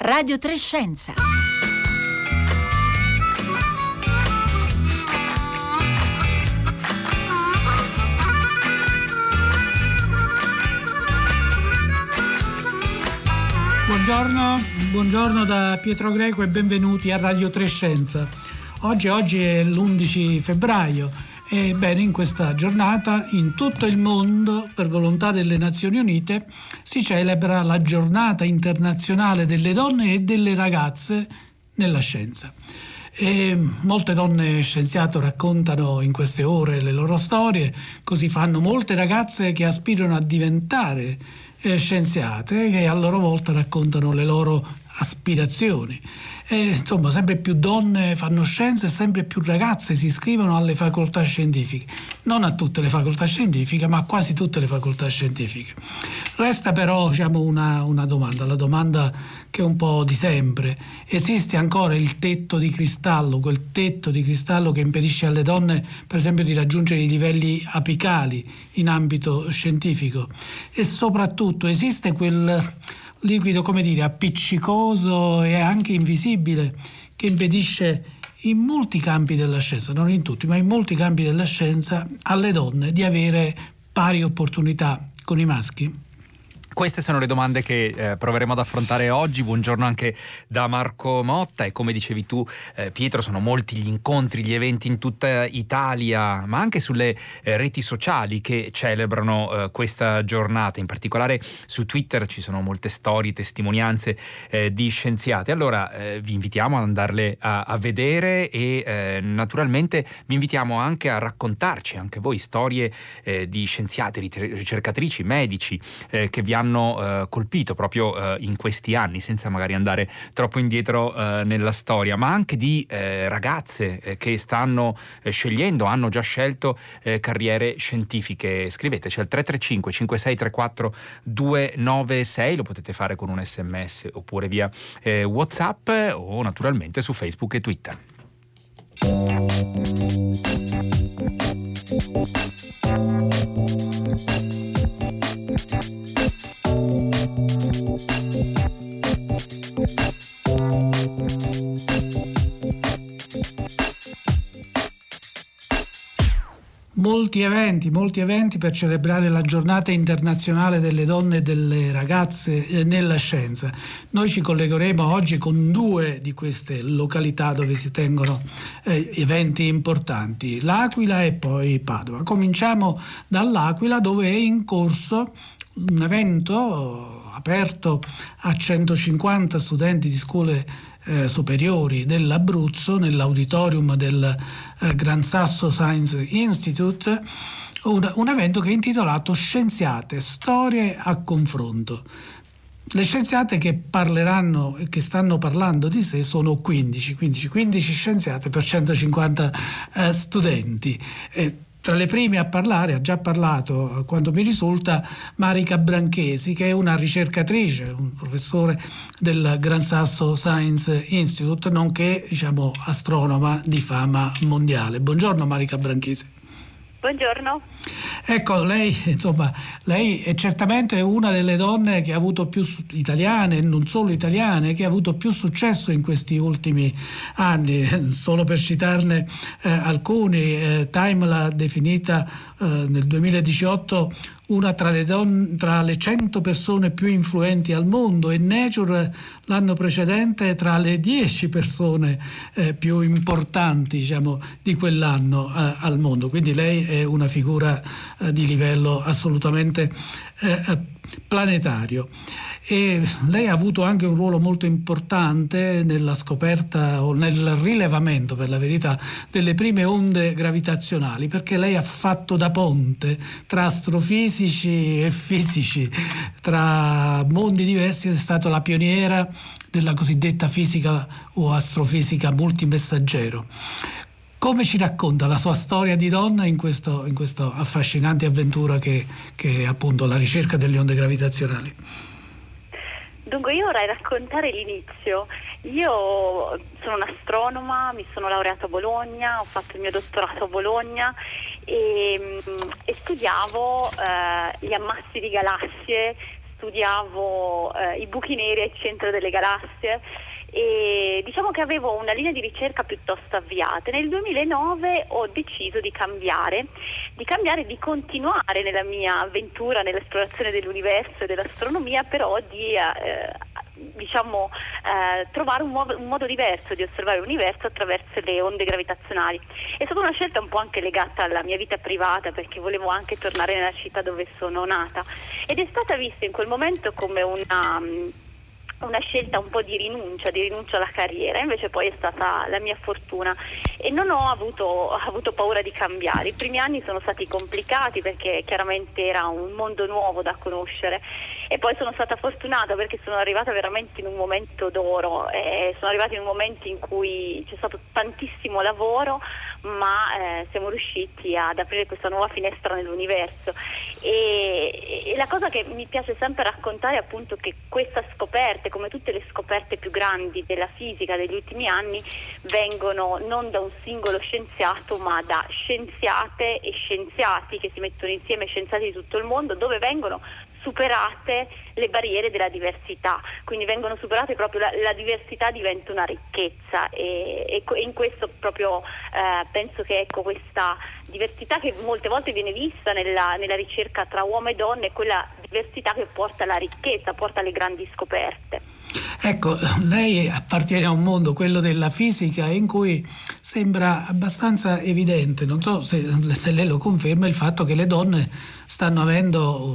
Radio 3 Scienza. Buongiorno da Pietro Greco e benvenuti a Radio 3 Scienza. Oggi è l'11 febbraio. Ebbene, in questa giornata in tutto il mondo, per volontà delle Nazioni Unite, si celebra la Giornata internazionale delle donne e delle ragazze nella scienza. E molte donne scienziate raccontano in queste ore le loro storie, così fanno molte ragazze che aspirano a diventare scienziate, che a loro volta raccontano le loro aspirazioni. Insomma, sempre più donne fanno scienze e sempre più ragazze si iscrivono alle facoltà scientifiche. Non a tutte le facoltà scientifiche, ma a quasi tutte le facoltà scientifiche. Resta però, una domanda, la domanda che è un po' di sempre. Esiste ancora il tetto di cristallo, quel tetto di cristallo che impedisce alle donne, per esempio, di raggiungere i livelli apicali in ambito scientifico? E soprattutto esiste quel liquido, appiccicoso e anche invisibile, che impedisce in molti campi della scienza, non in tutti, ma in molti campi della scienza, alle donne di avere pari opportunità con i maschi? Queste sono le domande che proveremo ad affrontare oggi. Buongiorno anche da Marco Motta. E come dicevi tu, Pietro, sono molti gli incontri, gli eventi in tutta Italia, ma anche sulle reti sociali che celebrano questa giornata. In particolare su Twitter ci sono molte storie, testimonianze di scienziati. Allora vi invitiamo ad andarle a vedere e naturalmente vi invitiamo anche a raccontarci anche voi storie di scienziati, ricercatrici, medici che vi hanno colpito proprio in questi anni, senza magari andare troppo indietro nella storia, ma anche di ragazze che stanno scegliendo, hanno già scelto carriere scientifiche. Scriveteci al 335 5634 296, lo potete fare con un SMS oppure via WhatsApp o naturalmente su Facebook e Twitter. Molti eventi per celebrare la giornata internazionale delle donne e delle ragazze nella scienza. Noi ci collegheremo oggi con due di queste località dove si tengono eventi importanti, L'Aquila e poi Padova. Cominciamo dall'Aquila, dove è in corso un evento aperto a 150 studenti di scuole superiori dell'Abruzzo nell'auditorium del Gran Sasso Science Institute, un evento che è intitolato Scienziate, storie a confronto. Le scienziate che parleranno e che stanno parlando di sé sono 15 scienziate per 150 studenti. Tra le prime a parlare, ha già parlato, a quanto mi risulta, Marica Branchesi, che è una ricercatrice, un professore del Gran Sasso Science Institute, nonché astronoma di fama mondiale. Buongiorno Marica Branchesi. Buongiorno. Ecco, lei è certamente una delle donne che ha avuto più italiane, e non solo italiane, che ha avuto più successo in questi ultimi anni. Solo per citarne alcuni, Time l'ha definita nel 2018 una tra le 100 persone più influenti al mondo, e Nature l'anno precedente tra le 10 persone più importanti di quell'anno al mondo. Quindi lei è una figura di livello assolutamente planetario. E lei ha avuto anche un ruolo molto importante nella scoperta o nel rilevamento, per la verità, delle prime onde gravitazionali, perché lei ha fatto da ponte tra astrofisici e fisici, tra mondi diversi. È stata la pioniera della cosiddetta fisica o astrofisica multimessaggero. Come ci racconta la sua storia di donna in questa affascinante avventura che è appunto la ricerca delle onde gravitazionali? Dunque, io vorrei raccontare l'inizio. Io sono un'astronoma, mi sono laureata a Bologna, ho fatto il mio dottorato a Bologna e studiavo gli ammassi di galassie studiavo i buchi neri al centro delle galassie e diciamo che avevo una linea di ricerca piuttosto avviata. Nel 2009 ho deciso di cambiare, di continuare nella mia avventura nell'esplorazione dell'universo e dell'astronomia, però di trovare un modo diverso di osservare l'universo attraverso le onde gravitazionali. È stata una scelta un po' anche legata alla mia vita privata, perché volevo anche tornare nella città dove sono nata, ed è stata vista in quel momento come una scelta un po' di rinuncia alla carriera. Invece poi è stata la mia fortuna e non ho avuto paura di cambiare. I primi anni sono stati complicati perché chiaramente era un mondo nuovo da conoscere, e poi sono stata fortunata perché sono arrivata veramente in un momento d'oro, sono arrivata in un momento in cui c'è stato tantissimo lavoro, ma siamo riusciti ad aprire questa nuova finestra nell'universo, e la cosa che mi piace sempre raccontare è appunto che questa scoperta, come tutte le scoperte più grandi della fisica degli ultimi anni, vengono non da un singolo scienziato, ma da scienziate e scienziati che si mettono insieme, scienziati di tutto il mondo, dove vengono superate le barriere della diversità, quindi vengono superate proprio, la diversità diventa una ricchezza, e in questo proprio penso che questa diversità che molte volte viene vista nella ricerca tra uomo e donna è quella diversità che porta alla ricchezza, porta alle grandi scoperte. Ecco, lei appartiene a un mondo, quello della fisica, in cui sembra abbastanza evidente, non so se lei lo conferma, il fatto che le donne stanno avendo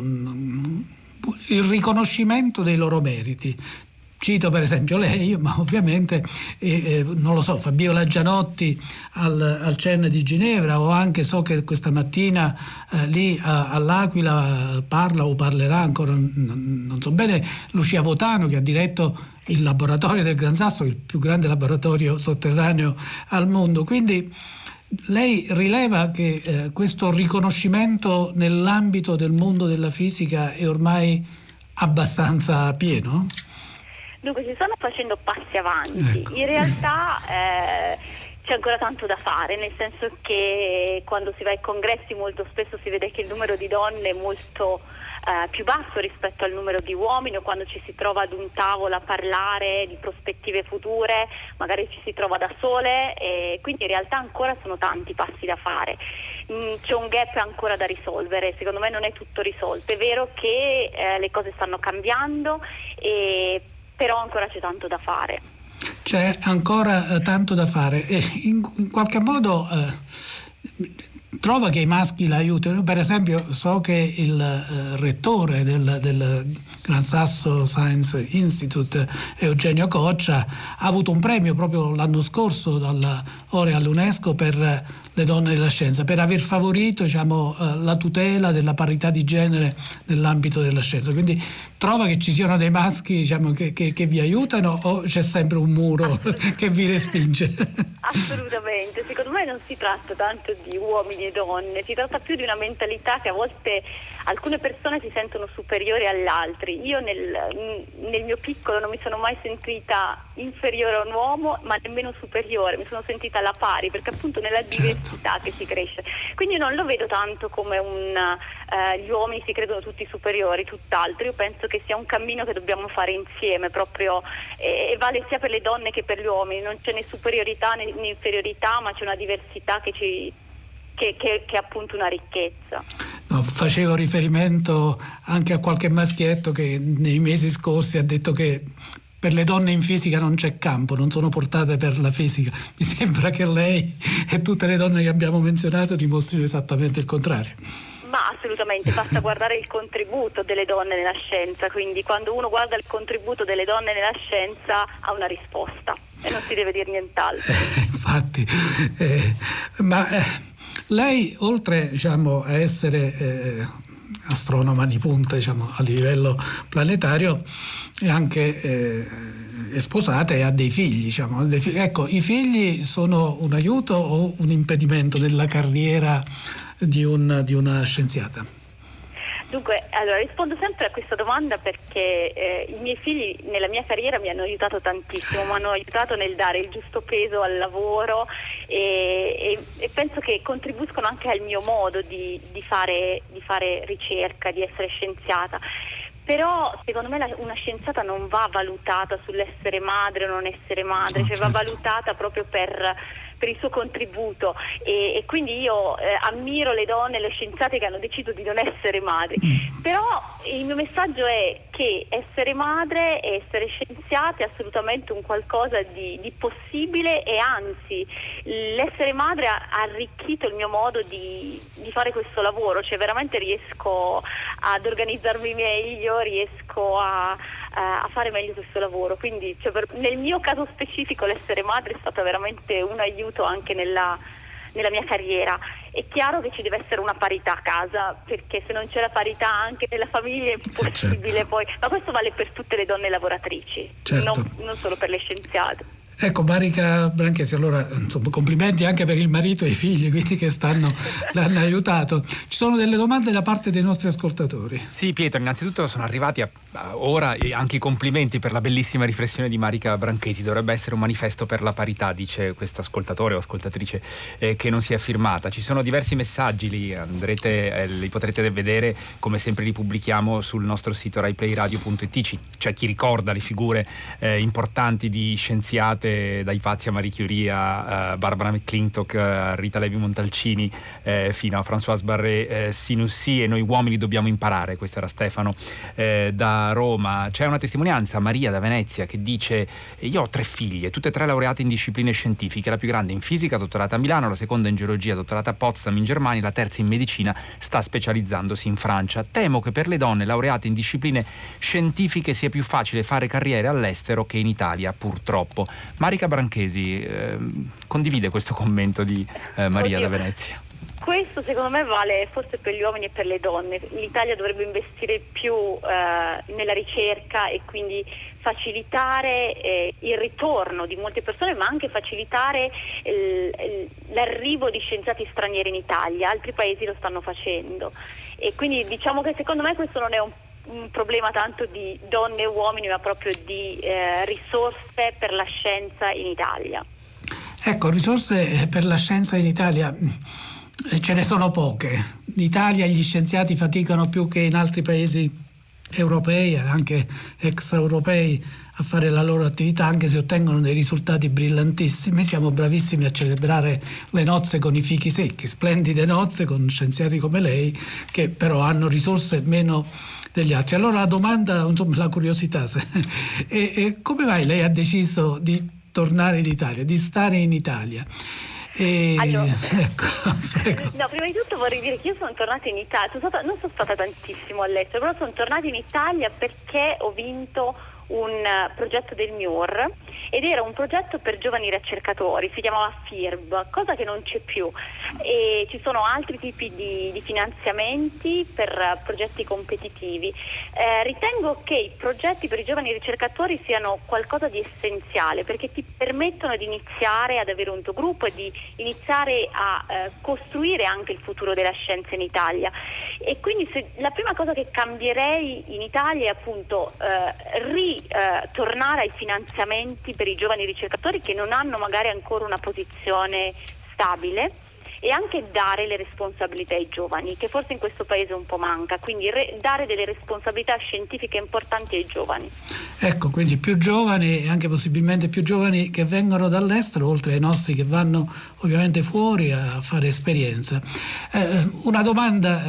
il riconoscimento dei loro meriti. Cito per esempio lei, ma ovviamente non lo so, Fabiola Gianotti al CERN di Ginevra, o anche so che questa mattina lì all'Aquila parla o parlerà ancora, non so bene, Lucia Votano, che ha diretto il laboratorio del Gran Sasso, il più grande laboratorio sotterraneo al mondo. Quindi lei rileva che questo riconoscimento nell'ambito del mondo della fisica è ormai abbastanza pieno? Dunque, si stanno facendo passi avanti. Ecco. In realtà c'è ancora tanto da fare, nel senso che quando si va ai congressi molto spesso si vede che il numero di donne è molto più basso rispetto al numero di uomini, o quando ci si trova ad un tavolo a parlare di prospettive future magari ci si trova da sole, e quindi in realtà ancora sono tanti passi da fare. C'è un gap ancora da risolvere, secondo me non è tutto risolto. È vero che le cose stanno cambiando, però ancora c'è tanto da fare. C'è ancora tanto da fare, e in qualche modo trova che i maschi la aiutino. Per esempio so che il rettore del Gran Sasso Science Institute, Eugenio Coccia, ha avuto un premio proprio l'anno scorso dalla Ore all'UNESCO per le donne della scienza, per aver favorito, diciamo, la tutela della parità di genere nell'ambito della scienza. Quindi trova che ci siano dei maschi, diciamo, che vi aiutano, o c'è sempre un muro che vi respinge? Assolutamente, secondo me non si tratta tanto di uomini e donne, si tratta più di una mentalità che a volte alcune persone si sentono superiori agli altri. Io nel mio piccolo non mi sono mai sentita inferiore a un uomo, ma nemmeno superiore, mi sono sentita alla pari, perché appunto nella diversità che si cresce. Quindi non lo vedo tanto come gli uomini si credono tutti superiori, tutt'altro. Io penso che sia un cammino che dobbiamo fare insieme, proprio, e vale sia per le donne che per gli uomini. Non c'è né superiorità né inferiorità, ma c'è una diversità che è appunto una ricchezza. No, facevo riferimento anche a qualche maschietto che nei mesi scorsi ha detto che per le donne in fisica non c'è campo, non sono portate per la fisica. Mi sembra che lei e tutte le donne che abbiamo menzionato dimostrino esattamente il contrario. Ma assolutamente, basta guardare il contributo delle donne nella scienza, quindi quando uno guarda il contributo delle donne nella scienza ha una risposta e non si deve dire nient'altro. Infatti, lei, oltre, diciamo, a essere astronoma di punta, diciamo, a livello planetario, è anche è sposata e ha dei figli, diciamo. Ecco, i figli sono un aiuto o un impedimento nella carriera di una scienziata? Dunque, allora rispondo sempre a questa domanda perché i miei figli nella mia carriera mi hanno aiutato tantissimo, mi hanno aiutato nel dare il giusto peso al lavoro e penso che contribuiscono anche al mio modo di fare ricerca, di essere scienziata. Però secondo me una scienziata non va valutata sull'essere madre o non essere madre, cioè va valutata proprio per il suo contributo, e quindi io ammiro le donne, le scienziate che hanno deciso di non essere madri. Però il mio messaggio è che essere madre e essere scienziate è assolutamente un qualcosa di possibile, e anzi l'essere madre ha arricchito il mio modo di fare questo lavoro, cioè veramente riesco ad organizzarmi meglio, riesco a fare meglio questo lavoro, quindi cioè, nel mio caso specifico l'essere madre è stato veramente un aiuto anche nella mia carriera. È chiaro che ci deve essere una parità a casa, perché se non c'è la parità anche nella famiglia è impossibile. Certo. Poi, ma questo vale per tutte le donne lavoratrici, certo. non solo per le scienziate. Ecco, Marica Branchesi, allora insomma, complimenti anche per il marito e i figli, quindi che l'hanno aiutato. Ci sono delle domande da parte dei nostri ascoltatori. Sì, Pietro, innanzitutto sono arrivati ora anche i complimenti per la bellissima riflessione di Marica Branchesi. Dovrebbe essere un manifesto per la parità, dice questo ascoltatore o ascoltatrice che non si è firmata. Ci sono diversi messaggi, li potrete vedere, come sempre li pubblichiamo sul nostro sito raiplayradio.it. C'è chi ricorda le figure importanti di scienziate, dai Pazzi a Marie Curie a Barbara McClintock, a Rita Levi Montalcini, fino a Françoise Barré-Sinoussi, e noi uomini dobbiamo imparare. Questo era Stefano da Roma. C'è una testimonianza, Maria da Venezia, che dice: io ho 3 figlie, tutte e 3 laureate in discipline scientifiche, la più grande in fisica, dottorata a Milano, la seconda in geologia, dottorata a Potsdam in Germania, la terza in medicina, sta specializzandosi in Francia. Temo che per le donne laureate in discipline scientifiche sia più facile fare carriere all'estero che in Italia, purtroppo. Marica Branchesi condivide questo commento di Maria da Venezia? Questo secondo me vale forse per gli uomini e per le donne. L'Italia dovrebbe investire più nella ricerca e quindi facilitare il ritorno di molte persone, ma anche facilitare l'arrivo di scienziati stranieri in Italia. Altri paesi lo stanno facendo, e quindi diciamo che secondo me questo non è un problema tanto di donne e uomini, ma proprio di risorse per la scienza in Italia. Ecco, risorse per la scienza in Italia ce ne sono poche. In Italia gli scienziati faticano più che in altri paesi europei, anche extraeuropei, a fare la loro attività, anche se ottengono dei risultati brillantissimi. Siamo bravissimi a celebrare le nozze con i fichi secchi, splendide nozze con scienziati come lei, che però hanno risorse meno degli altri. Allora la domanda, insomma, la curiosità, come mai lei ha deciso di tornare in Italia, di stare in Italia? Allora, ecco, prego. No, prima di tutto vorrei dire che io sono tornata in Italia, non sono stata tantissimo all'estero, però sono tornata in Italia perché ho vinto un progetto del MIUR, ed era un progetto per giovani ricercatori, si chiamava FIRB, cosa che non c'è più, e ci sono altri tipi di finanziamenti per progetti competitivi. Ritengo che i progetti per i giovani ricercatori siano qualcosa di essenziale, perché ti permettono di iniziare ad avere un tuo gruppo e di iniziare a costruire anche il futuro della scienza in Italia. E quindi la prima cosa che cambierei in Italia è appunto tornare ai finanziamenti per i giovani ricercatori che non hanno magari ancora una posizione stabile, e anche dare le responsabilità ai giovani, che forse in questo paese un po' manca, quindi dare delle responsabilità scientifiche importanti ai giovani. Ecco, quindi più giovani, e anche possibilmente più giovani che vengono dall'estero, oltre ai nostri che vanno ovviamente fuori a fare esperienza. Una domanda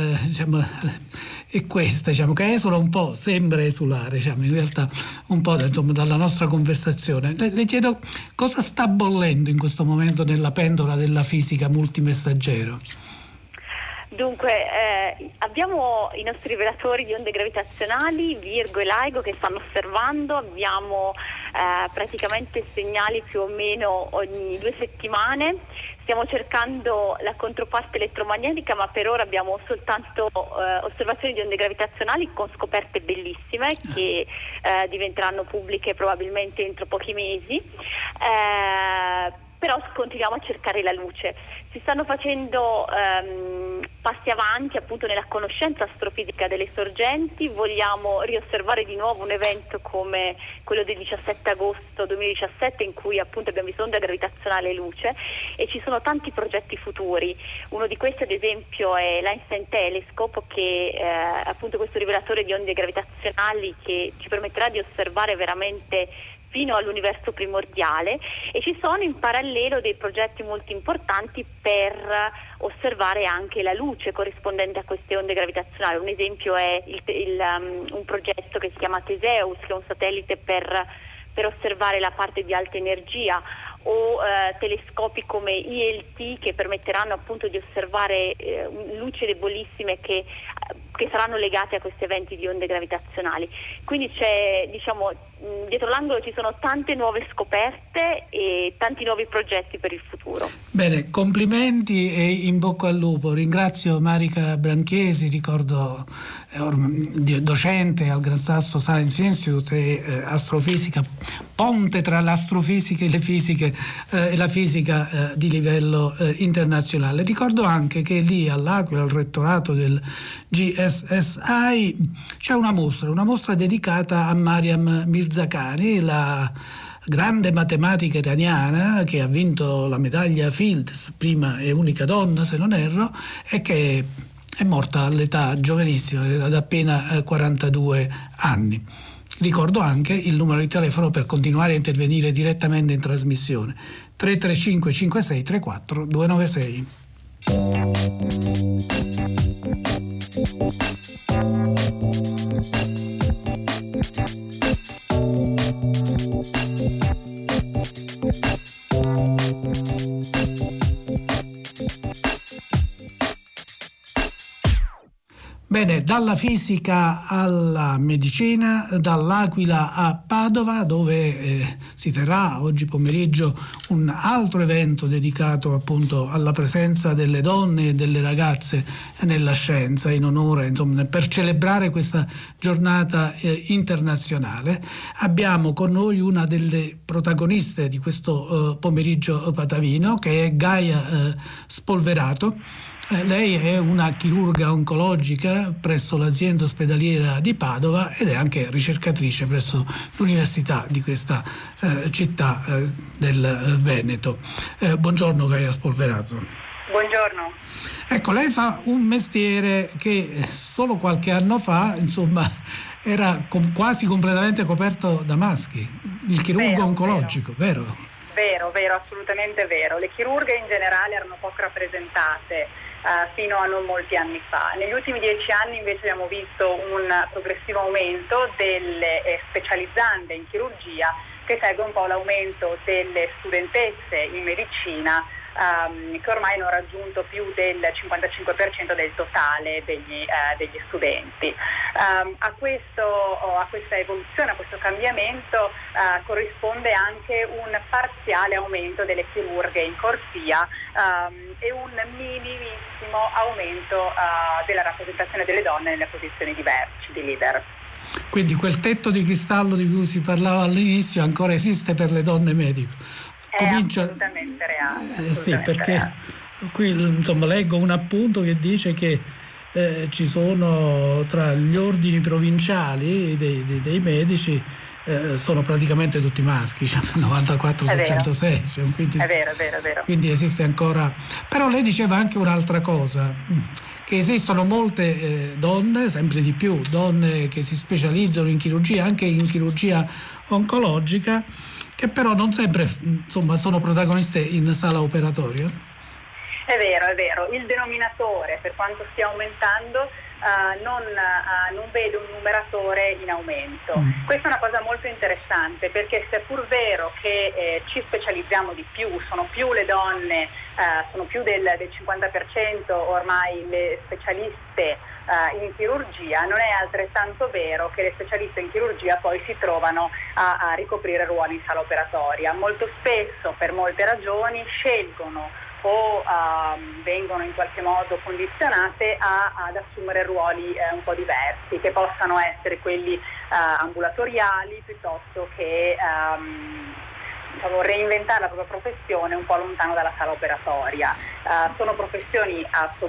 è questa, che esula un po', sembra esulare, in realtà un po' dalla nostra conversazione. Le chiedo cosa sta bollendo in questo momento nella pentola della fisica multimessaggero. Dunque, abbiamo i nostri rivelatori di onde gravitazionali, Virgo e LIGO, che stanno osservando. Abbiamo praticamente segnali più o meno ogni 2 settimane. Stiamo cercando la controparte elettromagnetica, ma per ora abbiamo soltanto osservazioni di onde gravitazionali con scoperte bellissime che diventeranno pubbliche probabilmente entro pochi mesi. però continuiamo a cercare la luce. Si stanno facendo passi avanti appunto nella conoscenza astrofisica delle sorgenti. Vogliamo riosservare di nuovo un evento come quello del 17 agosto 2017 in cui appunto abbiamo visto onda gravitazionale e luce, e ci sono tanti progetti futuri. Uno di questi ad esempio è l'Einstein Telescope, che appunto questo rivelatore di onde gravitazionali che ci permetterà di osservare veramente fino all'universo primordiale, e ci sono in parallelo dei progetti molto importanti per osservare anche la luce corrispondente a queste onde gravitazionali. Un esempio è un progetto che si chiama Teseus, che è un satellite per osservare la parte di alta energia, o telescopi come ILT che permetteranno appunto di osservare luci debolissime che saranno legate a questi eventi di onde gravitazionali. Quindi c'è, dietro l'angolo ci sono tante nuove scoperte e tanti nuovi progetti per il futuro. Bene, complimenti e in bocca al lupo. Ringrazio Marica Branchesi, ricordo docente al Gran Sasso Science Institute e astrofisica, ponte tra l'astrofisica e la fisica di livello internazionale. Ricordo anche che lì all'Aquila, al rettorato del GSSI, c'è una mostra dedicata a Mariam Mirzakhani, la grande matematica iraniana che ha vinto la medaglia Fields, prima e unica donna se non erro, e che è morta all'età giovanissima, ad appena 42 anni. Ricordo anche il numero di telefono per continuare a intervenire direttamente in trasmissione: 335 56 34 296. Bene, dalla fisica alla medicina, dall'Aquila a Padova, dove si terrà oggi pomeriggio un altro evento dedicato appunto alla presenza delle donne e delle ragazze nella scienza, in onore, insomma, per celebrare questa giornata internazionale. Abbiamo con noi una delle protagoniste di questo pomeriggio patavino, che è Gaia Spolverato. Lei è una chirurga oncologica presso l'azienda ospedaliera di Padova ed è anche ricercatrice presso l'università di questa città del Veneto. Buongiorno Gaia Spolverato. Buongiorno. Ecco, lei fa un mestiere che solo qualche anno fa, insomma, era quasi completamente coperto da maschi, il chirurgo oncologico, vero? Vero, assolutamente vero. Le chirurghe in generale erano poco rappresentate fino a non molti anni fa. Negli ultimi 10 anni invece abbiamo visto un progressivo aumento delle specializzande in chirurgia, che segue un po' l'aumento delle studentesse in medicina, che ormai hanno raggiunto più del 55% del totale degli studenti. A questa evoluzione, a questo cambiamento corrisponde anche un parziale aumento delle chirurghe in corsia e un minimissimo aumento della rappresentazione delle donne nelle posizioni di leader. Quindi quel tetto di cristallo di cui si parlava all'inizio ancora esiste per le donne medico. È assolutamente reale. Sì, perché qui insomma leggo un appunto che dice che ci sono tra gli ordini provinciali dei medici sono praticamente tutti maschi, cioè 94 su 106. Quindi, è vero. Quindi esiste ancora. Però lei diceva anche un'altra cosa, che esistono molte donne, sempre di più, donne che si specializzano in chirurgia, anche in chirurgia oncologica, che però non sempre insomma sono protagoniste in sala operatoria. È vero. Il denominatore, per quanto stia aumentando, non vede un numeratore in aumento. Questa è una cosa molto interessante, perché se è pur vero che ci specializziamo di più, sono più le donne, sono più del 50% ormai le specialiste in chirurgia, non è altrettanto vero che le specialiste in chirurgia poi si trovano a ricoprire ruoli in sala operatoria. Molto spesso, per molte ragioni, scelgono o vengono in qualche modo condizionate ad assumere ruoli un po' diversi, che possano essere quelli ambulatoriali piuttosto che reinventare la propria professione un po' lontano dalla sala operatoria. Sono professioni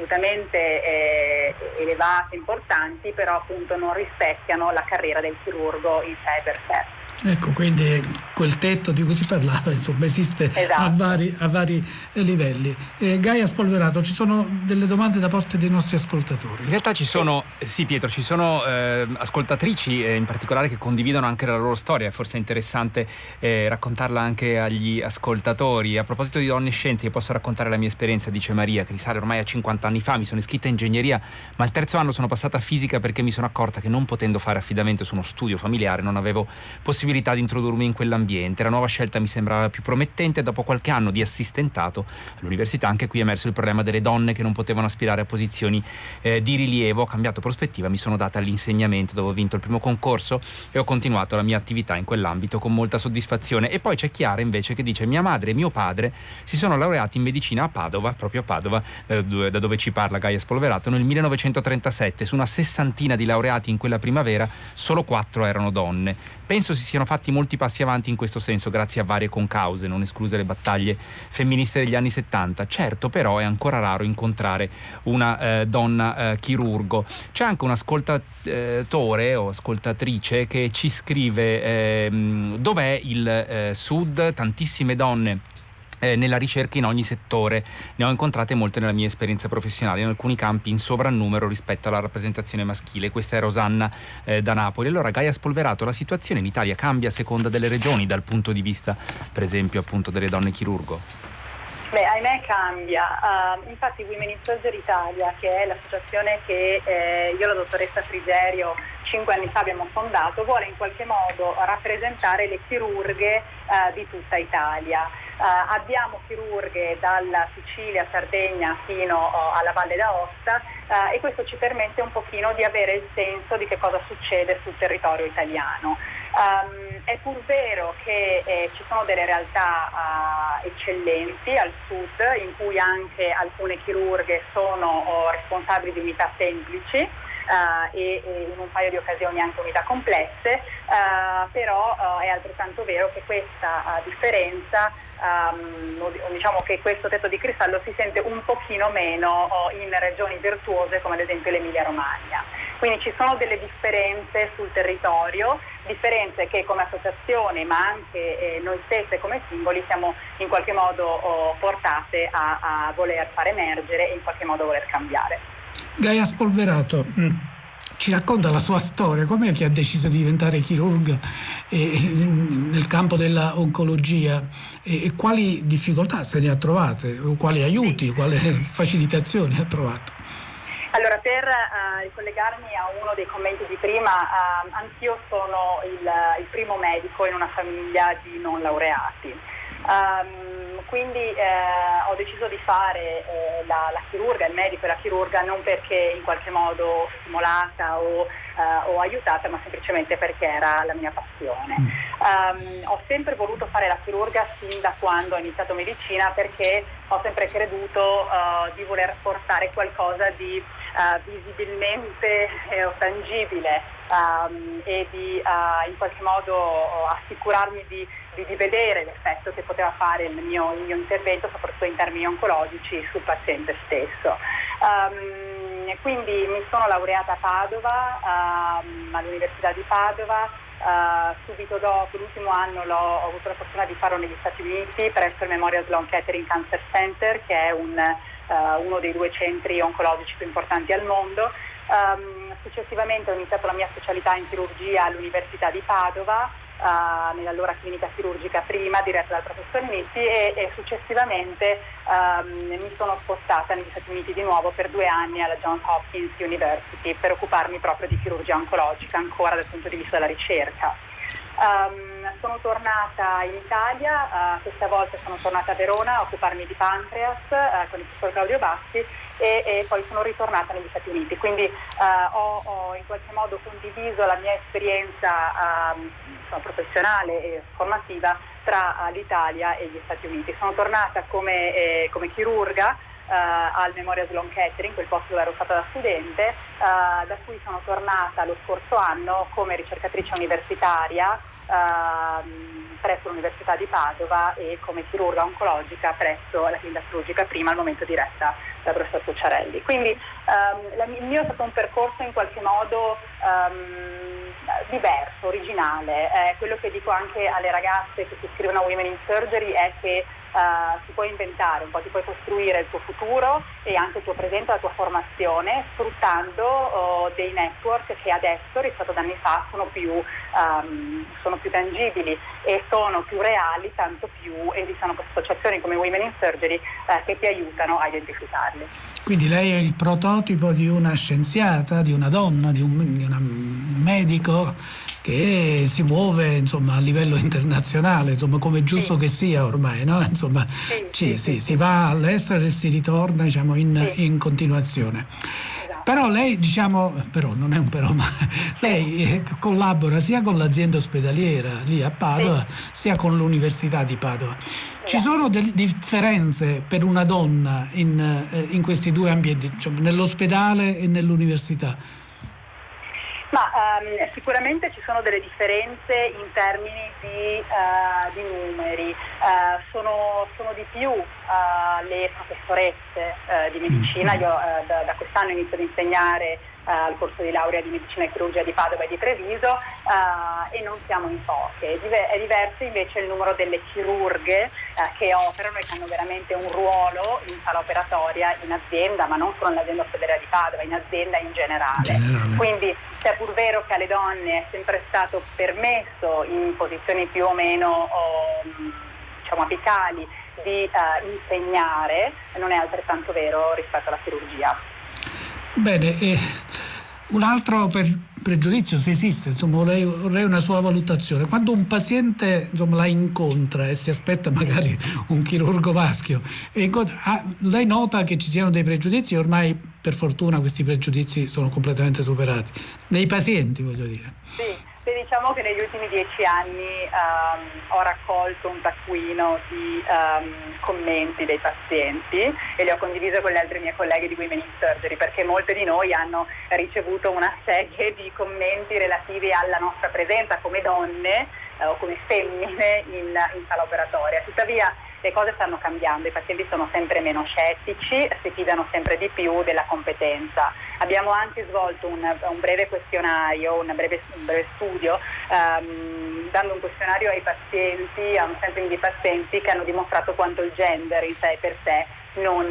assolutamente elevate, importanti, però appunto non rispecchiano la carriera del chirurgo in sé per sé. Ecco, quindi quel tetto di cui si parlava, insomma, esiste. Esatto. a vari livelli. Gaia Spolverato, ci sono delle domande da parte dei nostri ascoltatori? In realtà ci sono, sì Pietro, ci sono ascoltatrici in particolare che condividono anche la loro storia, forse è interessante raccontarla anche agli ascoltatori. A proposito di donne e scienze, io posso raccontare la mia esperienza, dice Maria, che risale ormai a 50 anni fa. Mi sono iscritta in ingegneria, ma al terzo anno sono passata a fisica perché mi sono accorta che non potendo fare affidamento su uno studio familiare non avevo possibilità di introdurmi in quell'ambiente. La nuova scelta mi sembrava più promettente e dopo qualche anno di assistentato all'università anche qui è emerso il problema delle donne che non potevano aspirare a posizioni di rilievo. Ho cambiato prospettiva, mi sono data all'insegnamento dove ho vinto il primo concorso e ho continuato la mia attività in quell'ambito con molta soddisfazione. E poi c'è Chiara invece che dice: mia madre e mio padre si sono laureati in medicina a Padova, proprio a Padova, da dove ci parla Gaia Spolverato, nel 1937. Su una 60 di laureati in quella primavera solo 4 erano donne. Penso si siano fatti molti passi avanti in questo senso grazie a varie concause, non escluse le battaglie femministe degli anni 70. Certo, però è ancora raro incontrare una donna chirurgo. C'è anche un ascoltatore o ascoltatrice che ci scrive dov'è il Sud, tantissime donne nella ricerca in ogni settore, ne ho incontrate molte nella mia esperienza professionale, in alcuni campi in sovrannumero rispetto alla rappresentazione maschile. Questa è Rosanna da Napoli. Allora Gaia Spolverato, la situazione in Italia cambia a seconda delle regioni dal punto di vista per esempio appunto delle donne chirurgo? Beh, ahimè cambia. Infatti Women in Surgery Italia, che è l'associazione che io e la dottoressa Frigerio 5 anni fa abbiamo fondato, vuole in qualche modo rappresentare le chirurghe di tutta Italia. Abbiamo chirurghe dalla Sicilia, Sardegna fino alla Valle d'Aosta e questo ci permette un pochino di avere il senso di che cosa succede sul territorio italiano. È pur vero che ci sono delle realtà eccellenti al sud in cui anche alcune chirurghe sono responsabili di unità semplici e in un paio di occasioni anche unità complesse, però è altrettanto vero che questa differenza, diciamo che questo tetto di cristallo si sente un pochino meno in regioni virtuose come ad esempio l'Emilia Romagna. Quindi ci sono delle differenze sul territorio, differenze che come associazione ma anche noi stesse come singoli siamo in qualche modo portate a voler far emergere e in qualche modo voler cambiare. Gaia Spolverato ci racconta la sua storia, com'è che ha deciso di diventare chirurga nel campo della oncologia e quali difficoltà se ne ha trovate, o quali aiuti, quali facilitazioni ha trovato? Allora, per ricollegarmi a uno dei commenti di prima, anch'io sono il primo medico in una famiglia di non laureati. Quindi ho deciso di fare la chirurga, il medico e la chirurga non perché in qualche modo stimolata o aiutata, ma semplicemente perché era la mia passione. Ho sempre voluto fare la chirurga sin da quando ho iniziato medicina perché ho sempre creduto di voler portare qualcosa di visibilmente tangibile e di in qualche modo assicurarmi di vedere l'effetto che poteva fare il mio intervento, soprattutto in termini oncologici, sul paziente stesso. Quindi mi sono laureata a Padova, all'Università di Padova. Subito dopo, l'ultimo anno, ho avuto la fortuna di farlo negli Stati Uniti presso il Memorial Sloan Kettering Cancer Center, che è uno dei 2 centri oncologici più importanti al mondo. Successivamente ho iniziato la mia specialità in chirurgia all'Università di Padova, nell'allora clinica chirurgica prima diretta dal professor Nitti e successivamente mi sono spostata negli Stati Uniti di nuovo per 2 anni alla Johns Hopkins University per occuparmi proprio di chirurgia oncologica ancora dal punto di vista della ricerca. Sono tornata in Italia, questa volta sono tornata a Verona a occuparmi di pancreas con il professor Claudio Bassi e poi sono ritornata negli Stati Uniti, quindi ho in qualche modo condiviso la mia esperienza professionale e formativa tra l'Italia e gli Stati Uniti. Sono tornata come chirurga al Memorial Sloan Kettering, quel posto dove ero stata da studente, da cui sono tornata lo scorso anno come ricercatrice universitaria presso l'Università di Padova e come chirurga oncologica presso la clinica chirurgica prima, al momento diretta da professor Pucciarelli. Quindi il mio è stato un percorso in qualche modo diverso, originale. Quello che dico anche alle ragazze che si iscrivono a Women in Surgery è che ti puoi inventare un po', ti puoi costruire il tuo futuro e anche il tuo presente, la tua formazione, sfruttando dei network che adesso rispetto ad anni fa sono più tangibili e sono più reali, tanto più esistono queste associazioni come Women in Surgery che ti aiutano a identificarli. Quindi lei è il prototipo di una scienziata, di una donna, di un medico che si muove, insomma, a livello internazionale, insomma, come è giusto che sia ormai, no? Insomma, si va all'estero e si ritorna, diciamo, in continuazione. Però lei, però non è un però, ma lei collabora sia con l'azienda ospedaliera lì a Padova, sia con l'Università di Padova. Ci sono delle differenze per una donna in questi due ambienti, cioè nell'ospedale e nell'università? Ma sicuramente ci sono delle differenze in termini di numeri. Sono di più le professoresse di medicina. Io da quest'anno inizio ad insegnare al corso di laurea di medicina e chirurgia di Padova e di Treviso e non siamo in poche. È diverso invece il numero delle chirurghe che operano e che hanno veramente un ruolo in sala operatoria in azienda, ma non solo nell'azienda ospedaliera di Padova, in azienda in generale. Quindi è pur vero che alle donne è sempre stato permesso in posizioni più o meno apicali di insegnare, non è altrettanto vero rispetto alla chirurgia. Bene, un altro pregiudizio, se esiste, insomma, vorrei una sua valutazione. Quando un paziente, insomma, la incontra e si aspetta magari un chirurgo maschio, lei nota che ci siano dei pregiudizi? Ormai per fortuna questi pregiudizi sono completamente superati. Nei pazienti, voglio dire. Sì. Diciamo che negli ultimi 10 anni ho raccolto un taccuino di commenti dei pazienti e li ho condivisi con le altre mie colleghe di Women in Surgery, perché molte di noi hanno ricevuto una serie di commenti relativi alla nostra presenza come donne o come femmine in sala operatoria. Tuttavia le cose stanno cambiando, i pazienti sono sempre meno scettici, si fidano sempre di più della competenza. Abbiamo anche svolto un breve questionario, un breve studio, dando un questionario ai pazienti, a un sampling di pazienti che hanno dimostrato quanto il gender in sé per sé non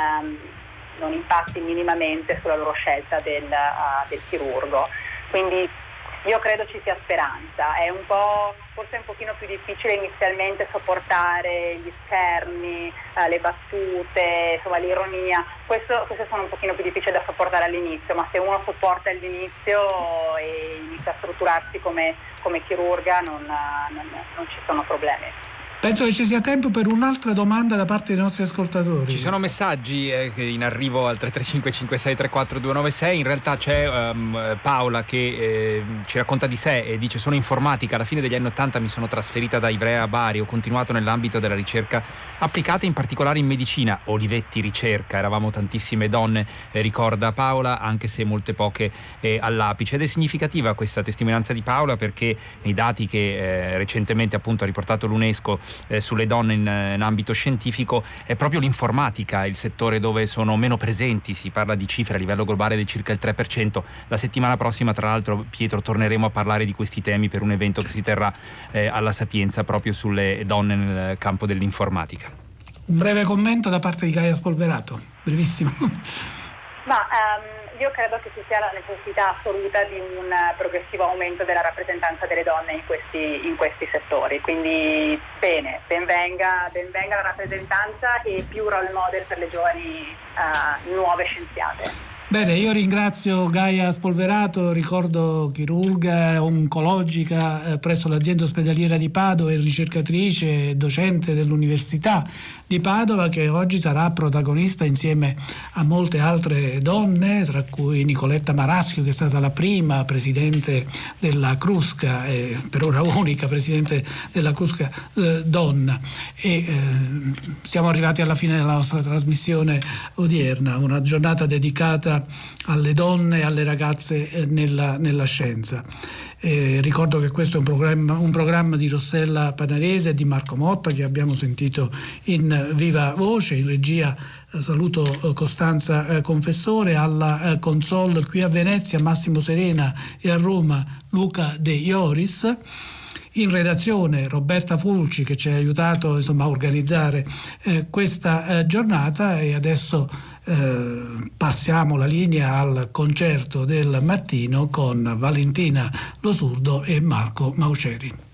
impatti minimamente sulla loro scelta del chirurgo. Quindi io credo ci sia speranza, forse è un pochino più difficile inizialmente sopportare gli scherni, le battute, insomma l'ironia, queste sono un pochino più difficili da sopportare all'inizio, ma se uno sopporta all'inizio e inizia a strutturarsi come chirurga non ci sono problemi. Penso che ci sia tempo per un'altra domanda da parte dei nostri ascoltatori. Ci sono messaggi in arrivo al 335-5634-296. In realtà c'è Paola che ci racconta di sé e dice: sono informatica, alla fine degli anni 80 mi sono trasferita da Ivrea a Bari, ho continuato nell'ambito della ricerca applicata, in particolare in medicina. Olivetti ricerca, eravamo tantissime donne, ricorda Paola, anche se molte poche all'apice. Ed è significativa questa testimonianza di Paola perché nei dati che recentemente appunto ha riportato l'UNESCO sulle donne in ambito scientifico è proprio l'informatica il settore dove sono meno presenti. Si parla di cifre a livello globale del circa il 3%. La settimana prossima, tra l'altro, Pietro, torneremo a parlare di questi temi per un evento che si terrà alla Sapienza proprio sulle donne nel campo dell'informatica. Un breve commento da parte di Gaia Spolverato, brevissimo. Io credo che ci sia la necessità assoluta di un progressivo aumento della rappresentanza delle donne in questi settori, quindi ben venga la rappresentanza e più role model per le giovani nuove scienziate. Bene, io ringrazio Gaia Spolverato, ricordo chirurga oncologica presso l'azienda ospedaliera di Padova e ricercatrice e docente dell'Università di Padova, che oggi sarà protagonista insieme a molte altre donne, tra cui Nicoletta Maraschio, che è stata la prima presidente della Crusca, per ora unica presidente della Crusca donna. E siamo arrivati alla fine della nostra trasmissione odierna, una giornata dedicata alle donne e alle ragazze nella scienza. Ricordo che questo è un programma di Rossella Panarese e di Marco Motta, che abbiamo sentito in viva voce. In regia saluto Costanza Confessore, alla console qui a Venezia Massimo Serena e a Roma Luca De Ioris. In redazione Roberta Fulci, che ci ha aiutato a organizzare questa giornata, e adesso passiamo la linea al concerto del mattino con Valentina Losurdo e Marco Mauceri.